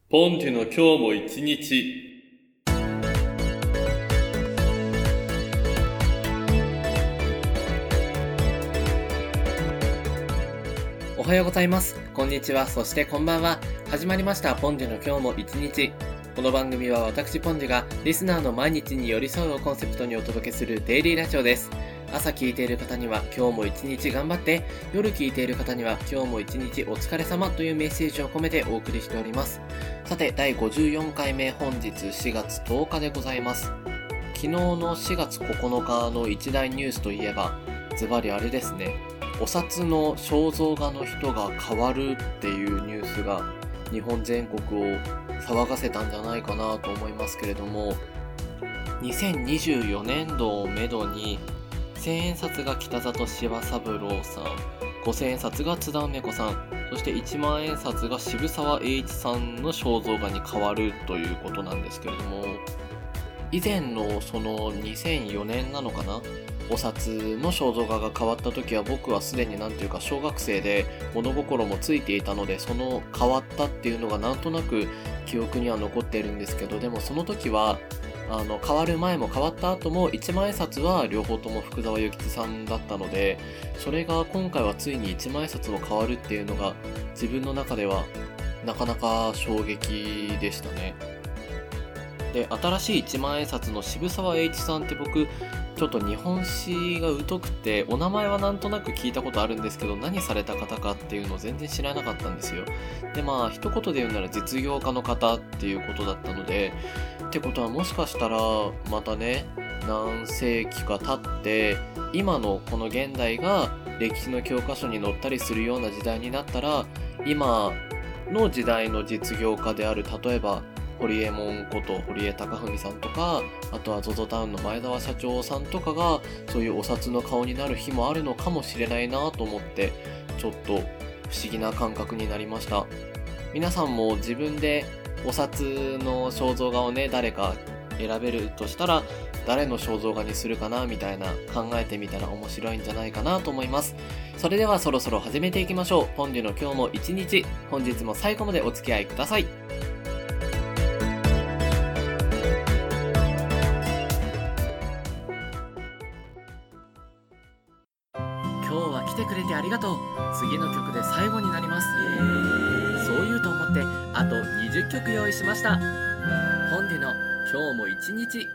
ポンテの今日も一日。 おはようございます。こんにちは。そしてこんばんは。始まりましたポンジュの今日も一日。この番組は私ポンジュがリスナーの毎日に寄り添うをコンセプトにお届けするデイリーラジオです。朝聞いている方には今日も一日頑張って、夜聞いている方には今日も一日お疲れ様というメッセージを込めてお送りしております。さて、第54回目、本日4月10日でございます。昨日の4月9日の一大ニュースといえば、ズバリあれですね。お札の肖像画の人が変わるっていうニュースが日本全国を騒がせたんじゃないかなと思いますけれども、2024年度をめどに1000円札が北里柴三郎さん、5000円札が津田梅子さん、そして1万円札が渋沢栄一さんの肖像画に変わるということなんですけれども、以前のその2004年なのかな、お札の肖像画が変わった時は僕はすでに小学生で物心もついていたので、その変わったっていうのがなんとなく記憶には残っているんですけど、でもその時は変わる前も変わった後も一万円札は両方とも福沢諭吉さんだったので、それが今回はついに一万円札も変わるっていうのが自分の中ではなかなか衝撃でしたね。で、新しい一万円札の渋沢栄一さんって僕ちょっと日本史が疎くて、お名前はなんとなく聞いたことあるんですけど、何された方かっていうのを全然知らなかったんですよ。で、一言で言うなら実業家の方っていうことだったので、ってことはもしかしたらまたね、何世紀か経って今のこの現代が歴史の教科書に載ったりするような時代になったら、今の時代の実業家である、例えば堀江門こと堀江貴文さんとか、あとは ZOZO タウンの前澤社長さんとかがそういうお札の顔になる日もあるのかもしれないなと思って、ちょっと不思議な感覚になりました。皆さんも自分でお札の肖像画をね、誰か選べるとしたら誰の肖像画にするかなみたいな考えてみたら面白いんじゃないかなと思います。それではそろそろ始めていきましょう。ポンデュの今日も一日、本日も最後までお付き合いください。今日は来てくれてありがとう。次の曲で最後になります。そう言うと思ってあと20曲用意しました。本での今日も一日。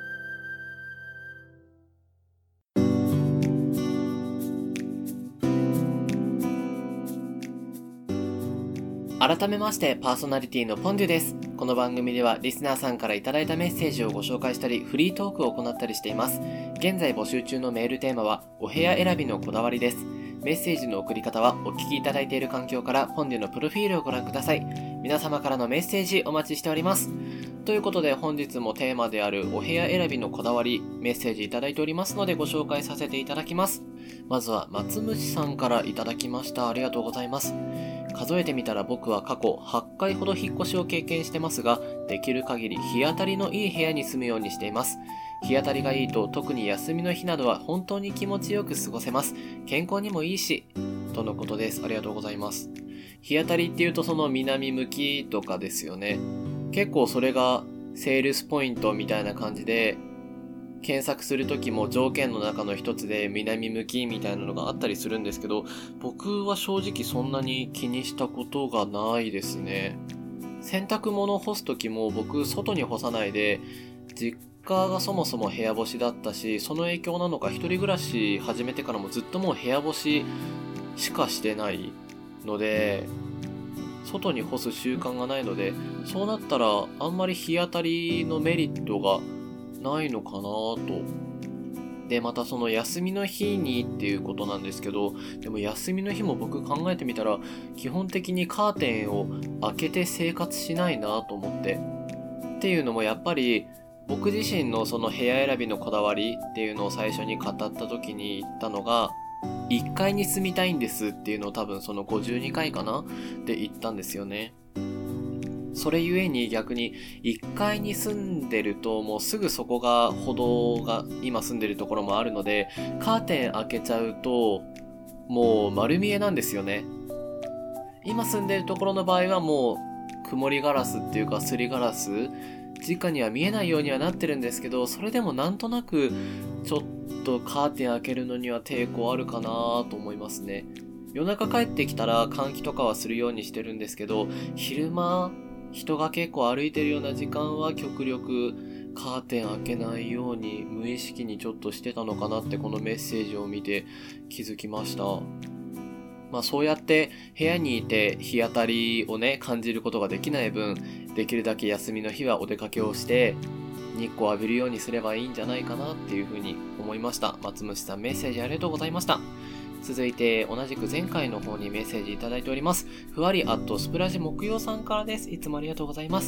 改めましてパーソナリティのポンデュです。この番組ではリスナーさんからいただいたメッセージをご紹介したり、フリートークを行ったりしています。現在募集中のメールテーマはお部屋選びのこだわりです。メッセージの送り方はお聞きいただいている環境からポンデュのプロフィールをご覧ください。皆様からのメッセージお待ちしております。ということで本日もテーマであるお部屋選びのこだわり、メッセージいただいておりますのでご紹介させていただきます。まずは松虫さんからいただきました。ありがとうございます。数えてみたら僕は過去8回ほど引っ越しを経験してますが、できる限り日当たりのいい部屋に住むようにしています。日当たりがいいと特に休みの日などは本当に気持ちよく過ごせます。健康にもいいし、とのことです。ありがとうございます。日当たりっていうとその南向きとかですよね。結構それがセールスポイントみたいな感じで、検索するときも条件の中の一つで南向きみたいなのがあったりするんですけど、僕は正直そんなに気にしたことがないですね。洗濯物を干すときも僕外に干さないで、実家がそもそも部屋干しだったし、その影響なのか一人暮らし始めてからもずっともう部屋干ししかしてないので、外に干す習慣がないので、そうなったらあんまり日当たりのメリットがないのかなと。で、またその休みの日にっていうことなんですけど、でも休みの日も僕考えてみたら基本的にカーテンを開けて生活しないなと思って。っていうのもやっぱり僕自身のその部屋選びのこだわりっていうのを最初に語った時に言ったのが、1階に住みたいんですっていうのを多分その52回かなで言ったんですよね。それゆえに逆に1階に住んでるともうすぐそこが歩道が今住んでるところもあるので、カーテン開けちゃうともう丸見えなんですよね。今住んでるところの場合はもう曇りガラスっていうかすりガラス、直には見えないようにはなってるんですけど、それでもなんとなくちょっとカーテン開けるのには抵抗あるかなと思いますね。夜中帰ってきたら換気とかはするようにしてるんですけど、昼間人が結構歩いてるような時間は極力カーテン開けないように無意識にちょっとしてたのかなってこのメッセージを見て気づきました。そうやって部屋にいて日当たりをね感じることができない分、できるだけ休みの日はお出かけをして日光を浴びるようにすればいいんじゃないかなっていうふうに思いました。松虫さん、メッセージありがとうございました。続いて同じく前回の方にメッセージいただいております。ふわりスプラジ木曜さんからです。いつもありがとうございます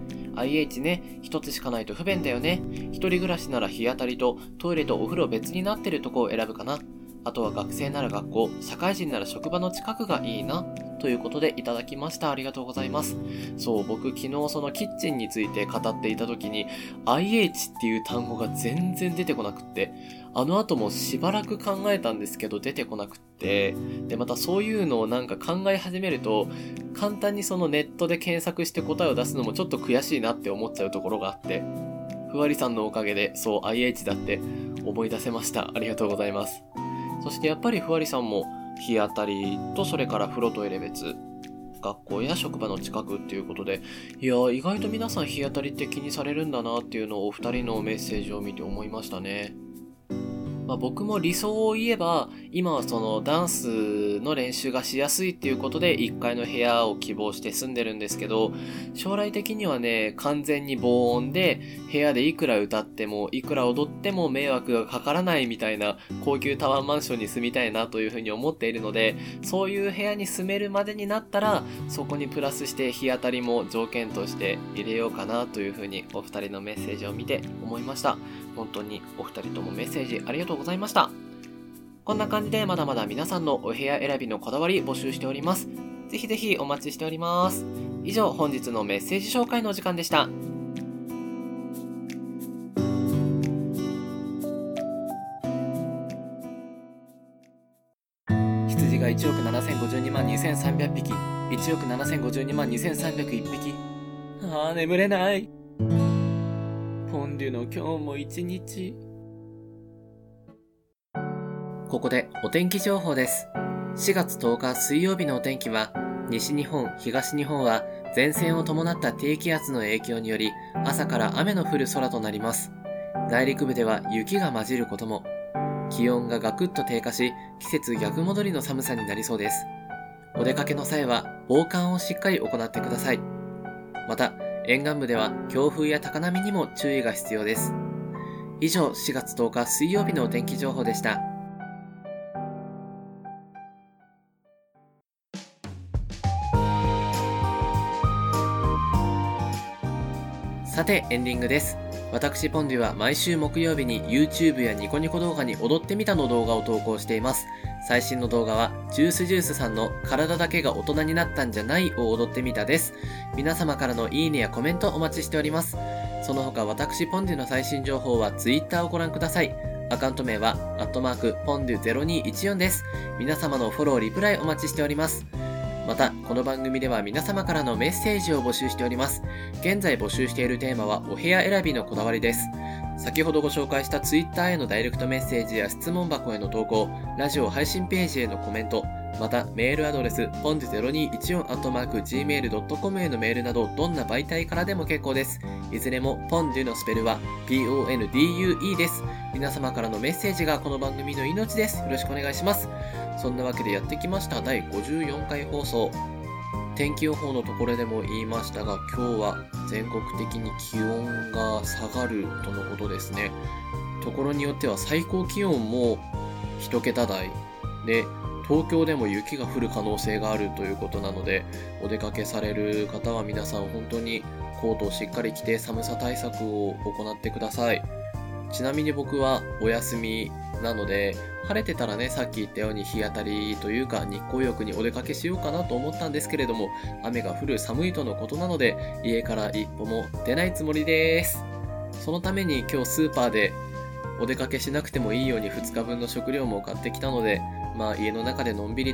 。IH ね、一つしかないと不便だよね。一人暮らしなら日当たりとトイレとお風呂別になってるとこを選ぶかな。あとは学生なら学校、社会人なら職場の近くがいいな。ということでいただきました。ありがとうございます。そう、僕昨日そのキッチンについて語っていた時に IH っていう単語が全然出てこなくって、あの後もしばらく考えたんですけど出てこなくって、でまたそういうのをなんか考え始めると簡単にそのネットで検索して答えを出すのもちょっと悔しいなって思っちゃうところがあって、ふわりさんのおかげでそう IH だって思い出せました。ありがとうございます。そしてやっぱりふわりさんも日当たりとそれから風呂トイレ別、学校や職場の近くっていうことで、いや意外と皆さん日当たりって気にされるんだなっていうのをお二人のメッセージを見て思いましたね。僕も理想を言えば今はそのダンスの練習がしやすいっていうことで1階の部屋を希望して住んでるんですけど、将来的にはね完全に防音で部屋でいくら歌ってもいくら踊っても迷惑がかからないみたいな高級タワーマンションに住みたいなというふうに思っているので、そういう部屋に住めるまでになったらそこにプラスして日当たりも条件として入れようかなというふうにお二人のメッセージを見て思いました。本当にお二人ともメッセージありがとうございました。こんな感じでまだまだ皆さんのお部屋選びのこだわり募集しております。ぜひぜひお待ちしております。以上、本日のメッセージ紹介のお時間でした。羊が1億7052万2300匹、1億7052万2301匹。眠れない。ポンデュの今日も一日。ここでお天気情報です。4月10日水曜日のお天気は、西日本、東日本は前線を伴った低気圧の影響により朝から雨の降る空となります。内陸部では雪が混じることも。気温がガクッと低下し、季節逆戻りの寒さになりそうです。お出かけの際は防寒をしっかり行ってください。また、沿岸部では強風や高波にも注意が必要です。以上、4月10日水曜日のお天気情報でした。さて、エンディングです。私ポンデュは毎週木曜日に YouTube やニコニコ動画に踊ってみたの動画を投稿しています。最新の動画はジュースさんの体だけが大人になったんじゃないを踊ってみたです。皆様からのいいねやコメントお待ちしております。その他私ポンデュの最新情報は Twitter をご覧ください。アカウント名はポンデュ0214です。皆様のフォローリプライお待ちしております。また、この番組では皆様からのメッセージを募集しております。現在募集しているテーマはお部屋選びのこだわりです。先ほどご紹介した Twitter へのダイレクトメッセージや質問箱への投稿、ラジオ配信ページへのコメント、またメールアドレスpond0214@gmail.com へのメールなどどんな媒体からでも結構です。いずれもポンデュのスペルは PONDUE です。皆様からのメッセージがこの番組の命です。よろしくお願いします。そんなわけでやってきました第54回放送。天気予報のところでも言いましたが、今日は全国的に気温が下がるとのことですね。ところによっては最高気温も1桁台で、東京でも雪が降る可能性があるということなので、お出かけされる方は皆さん本当にコートをしっかり着て寒さ対策を行ってください。ちなみに僕はお休みなので、晴れてたらね、さっき言ったように日当たりというか日光浴にお出かけしようかなと思ったんですけれども、雨が降る寒いとのことなので家から一歩も出ないつもりです。そのために今日スーパーでお出かけしなくてもいいように2日分の食料も買ってきたので、家の中でのんびりと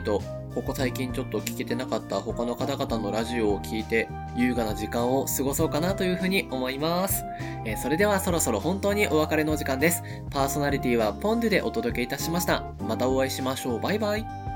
ここ最近ちょっと聞けてなかった他の方々のラジオを聞いて優雅な時間を過ごそうかなというふうに思います。それではそろそろ本当にお別れの時間です。パーソナリティはポンデュでお届けいたしました。またお会いしましょう。バイバイ。